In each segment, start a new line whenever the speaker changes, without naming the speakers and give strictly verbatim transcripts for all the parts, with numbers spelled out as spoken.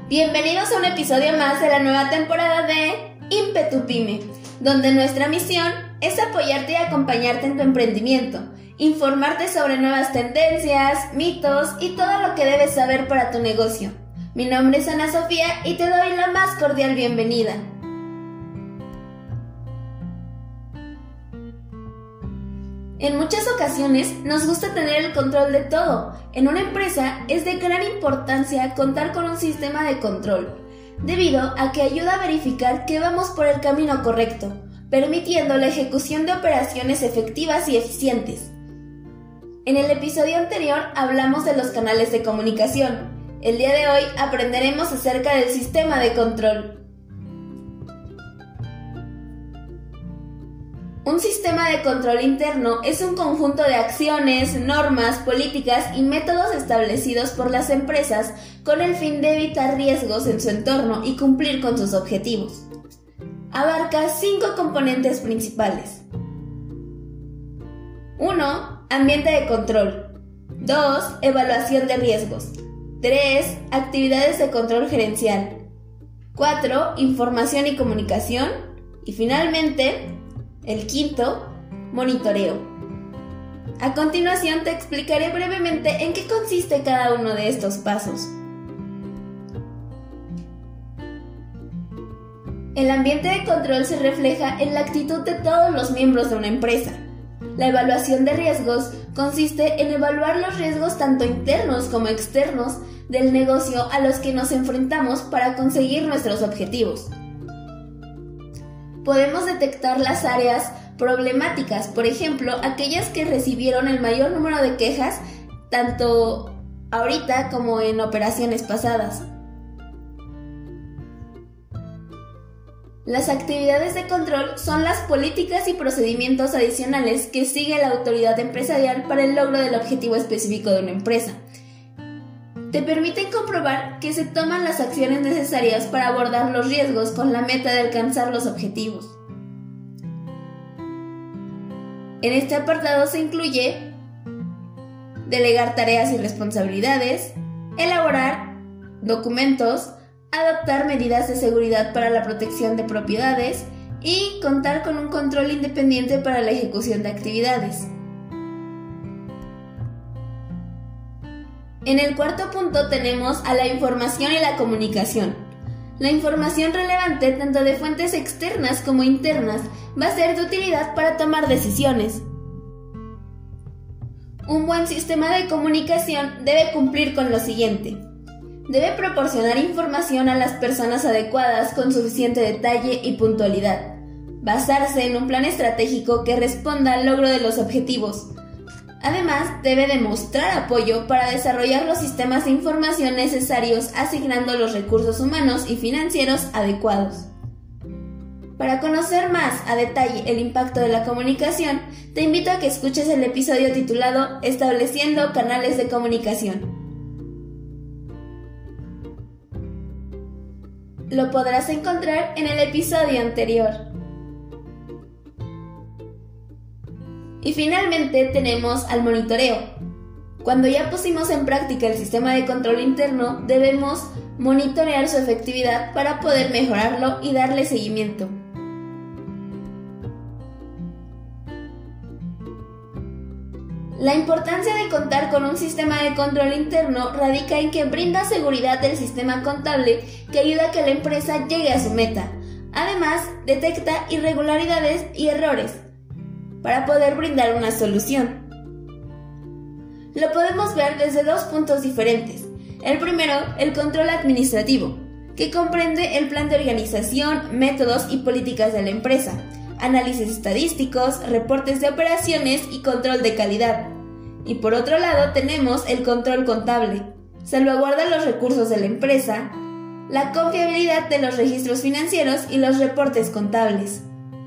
Bienvenidos a un episodio más de la nueva temporada de Ímpetu Pyme, donde nuestra misión es apoyarte y acompañarte en tu emprendimiento, informarte sobre nuevas tendencias, mitos y todo lo que debes saber para tu negocio. Mi nombre es Ana Sofía y te doy la más cordial bienvenida. En muchas ocasiones nos gusta tener el control de todo. En una empresa es de gran importancia contar con un sistema de control, debido a que ayuda a verificar que vamos por el camino correcto, permitiendo la ejecución de operaciones efectivas y eficientes. En el episodio anterior hablamos de los canales de comunicación. El día de hoy aprenderemos acerca del sistema de control. Un sistema de control interno es un conjunto de acciones, normas, políticas y métodos establecidos por las empresas con el fin de evitar riesgos en su entorno y cumplir con sus objetivos. Abarca cinco componentes principales. uno. Ambiente de control. dos. Evaluación de riesgos. tres. Actividades de control gerencial. cuatro. Información y comunicación. Y finalmente, el quinto, monitoreo. A continuación te explicaré brevemente en qué consiste cada uno de estos pasos. El ambiente de control se refleja en la actitud de todos los miembros de una empresa. La evaluación de riesgos consiste en evaluar los riesgos tanto internos como externos del negocio a los que nos enfrentamos para conseguir nuestros objetivos. Podemos detectar las áreas problemáticas, por ejemplo, aquellas que recibieron el mayor número de quejas, tanto ahorita como en operaciones pasadas. Las actividades de control son las políticas y procedimientos adicionales que sigue la autoridad empresarial para el logro del objetivo específico de una empresa. Te permiten comprobar que se toman las acciones necesarias para abordar los riesgos con la meta de alcanzar los objetivos. En este apartado se incluye delegar tareas y responsabilidades, elaborar documentos, adoptar medidas de seguridad para la protección de propiedades y contar con un control independiente para la ejecución de actividades. En el cuarto punto tenemos a la información y la comunicación. La información relevante tanto de fuentes externas como internas va a ser de utilidad para tomar decisiones. Un buen sistema de comunicación debe cumplir con lo siguiente. Debe proporcionar información a las personas adecuadas con suficiente detalle y puntualidad. Basarse en un plan estratégico que responda al logro de los objetivos. Además, debe demostrar apoyo para desarrollar los sistemas de información necesarios asignando los recursos humanos y financieros adecuados. Para conocer más a detalle el impacto de la comunicación, te invito a que escuches el episodio titulado Estableciendo canales de comunicación. Lo podrás encontrar en el episodio anterior. Y finalmente tenemos al monitoreo. Cuando ya pusimos en práctica el sistema de control interno, debemos monitorear su efectividad para poder mejorarlo y darle seguimiento. La importancia de contar con un sistema de control interno radica en que brinda seguridad del sistema contable que ayuda a que la empresa llegue a su meta. Además, detecta irregularidades y errores para poder brindar una solución. Lo podemos ver desde dos puntos diferentes. El primero, el control administrativo, que comprende el plan de organización, métodos y políticas de la empresa, análisis estadísticos, reportes de operaciones y control de calidad. Y por otro lado tenemos el control contable, salvaguarda los recursos de la empresa, la confiabilidad de los registros financieros y los reportes contables.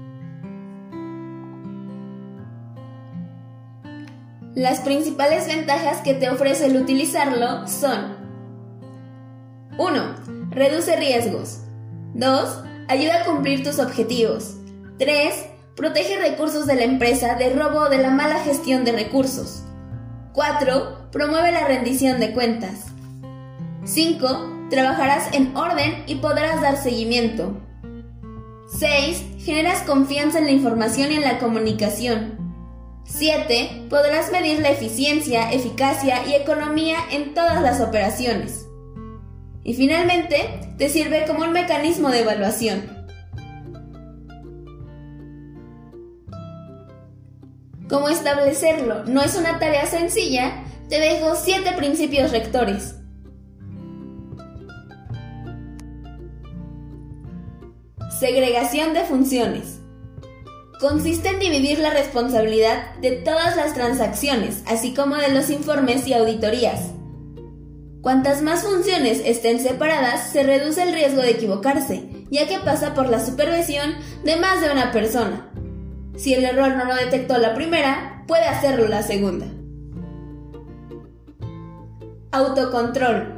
Las principales ventajas que te ofrece el utilizarlo son: uno. Reduce riesgos. dos. Ayuda a cumplir tus objetivos. tres. Protege recursos de la empresa de robo o de la mala gestión de recursos. cuatro. Promueve la rendición de cuentas. cinco. Trabajarás en orden y podrás dar seguimiento. seis. Generas confianza en la información y en la comunicación. siete. Podrás medir la eficiencia, eficacia y economía en todas las operaciones. Y finalmente, te sirve como un mecanismo de evaluación. Como establecerlo no es una tarea sencilla, te dejo siete principios rectores. Segregación de funciones. Consiste en dividir la responsabilidad de todas las transacciones, así como de los informes y auditorías. Cuantas más funciones estén separadas, se reduce el riesgo de equivocarse, ya que pasa por la supervisión de más de una persona. Si el error no lo detectó la primera, puede hacerlo la segunda. Autocontrol.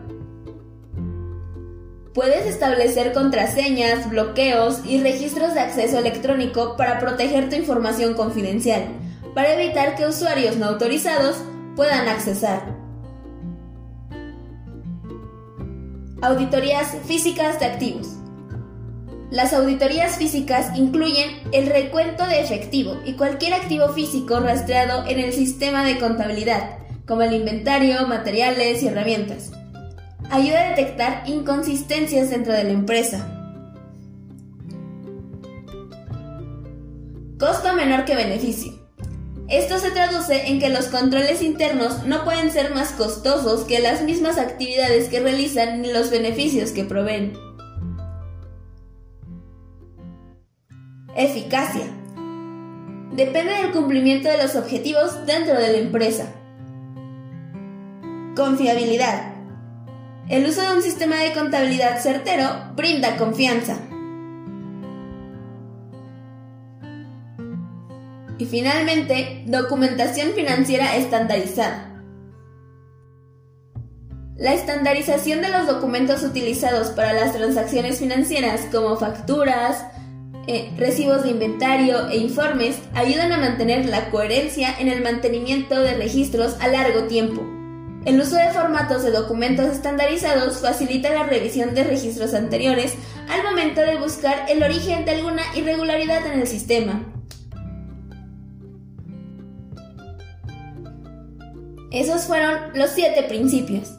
Puedes establecer contraseñas, bloqueos y registros de acceso electrónico para proteger tu información confidencial, para evitar que usuarios no autorizados puedan accesar. Auditorías físicas de activos. Las auditorías físicas incluyen el recuento de efectivo y cualquier activo físico rastreado en el sistema de contabilidad, como el inventario, materiales y herramientas. Ayuda a detectar inconsistencias dentro de la empresa. Costo menor que beneficio. Esto se traduce en que los controles internos no pueden ser más costosos que las mismas actividades que realizan ni los beneficios que proveen. Eficacia. Depende del cumplimiento de los objetivos dentro de la empresa. Confiabilidad. El uso de un sistema de contabilidad certero brinda confianza. Y finalmente, documentación financiera estandarizada. La estandarización de los documentos utilizados para las transacciones financieras, como facturas, eh, recibos de inventario e informes, ayudan a mantener la coherencia en el mantenimiento de registros a largo tiempo. El uso de formatos de documentos estandarizados facilita la revisión de registros anteriores al momento de buscar el origen de alguna irregularidad en el sistema. Esos fueron los siete principios.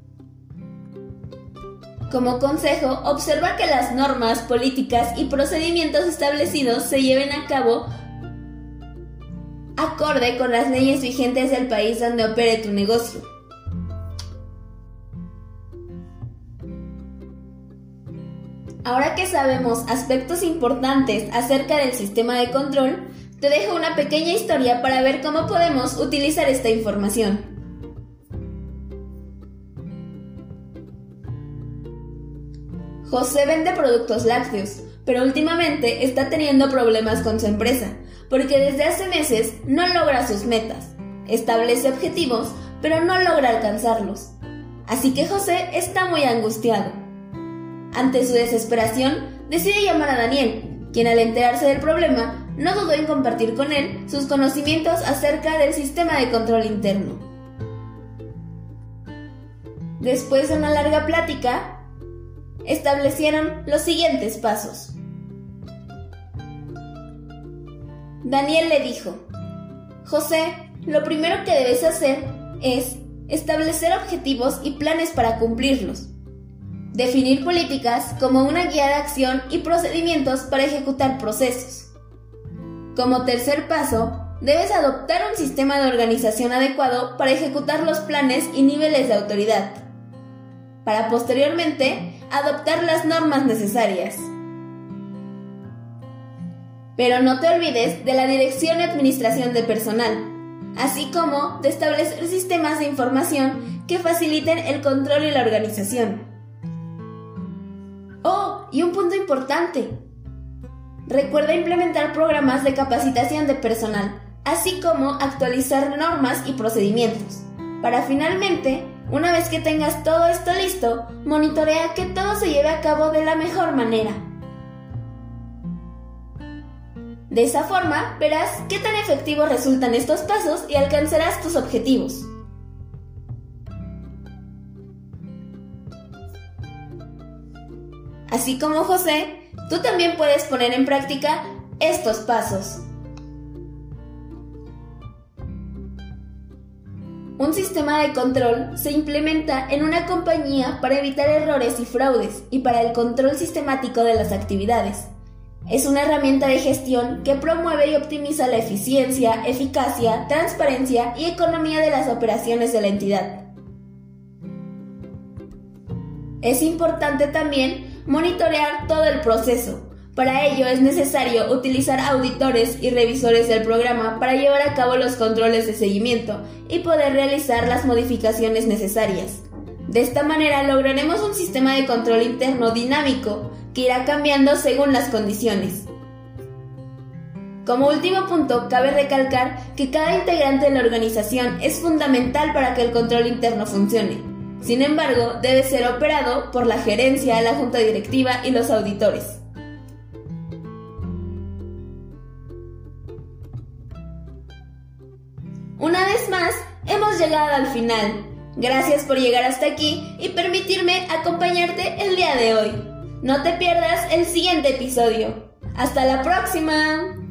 Como consejo, observa que las normas, políticas y procedimientos establecidos se lleven a cabo acorde con las leyes vigentes del país donde opere tu negocio. Ahora que sabemos aspectos importantes acerca del sistema de control, te dejo una pequeña historia para ver cómo podemos utilizar esta información. José vende productos lácteos, pero últimamente está teniendo problemas con su empresa, porque desde hace meses no logra sus metas. Establece objetivos, pero no logra alcanzarlos. Así que José está muy angustiado. Ante su desesperación, decide llamar a Daniel, quien al enterarse del problema, no dudó en compartir con él sus conocimientos acerca del sistema de control interno. Después de una larga plática, establecieron los siguientes pasos. Daniel le dijo: José, lo primero que debes hacer es establecer objetivos y planes para cumplirlos. Definir políticas como una guía de acción y procedimientos para ejecutar procesos. Como tercer paso, debes adoptar un sistema de organización adecuado para ejecutar los planes y niveles de autoridad, para posteriormente adoptar las normas necesarias. Pero no te olvides de la dirección y administración de personal, así como de establecer sistemas de información que faciliten el control y la organización. Oh, y un punto importante. Recuerda implementar programas de capacitación de personal, así como actualizar normas y procedimientos, para finalmente, una vez que tengas todo esto listo, monitorea que todo se lleve a cabo de la mejor manera. De esa forma, verás qué tan efectivos resultan estos pasos y alcanzarás tus objetivos. Así como José, tú también puedes poner en práctica estos pasos. Un sistema de control se implementa en una compañía para evitar errores y fraudes y para el control sistemático de las actividades. Es una herramienta de gestión que promueve y optimiza la eficiencia, eficacia, transparencia y economía de las operaciones de la entidad. Es importante también monitorear todo el proceso. Para ello es necesario utilizar auditores y revisores del programa para llevar a cabo los controles de seguimiento y poder realizar las modificaciones necesarias. De esta manera lograremos un sistema de control interno dinámico que irá cambiando según las condiciones. Como último punto, cabe recalcar que cada integrante de la organización es fundamental para que el control interno funcione. Sin embargo, debe ser operado por la gerencia, la junta directiva y los auditores. Una vez más, hemos llegado al final. Gracias por llegar hasta aquí y permitirme acompañarte el día de hoy. No te pierdas el siguiente episodio. ¡Hasta la próxima!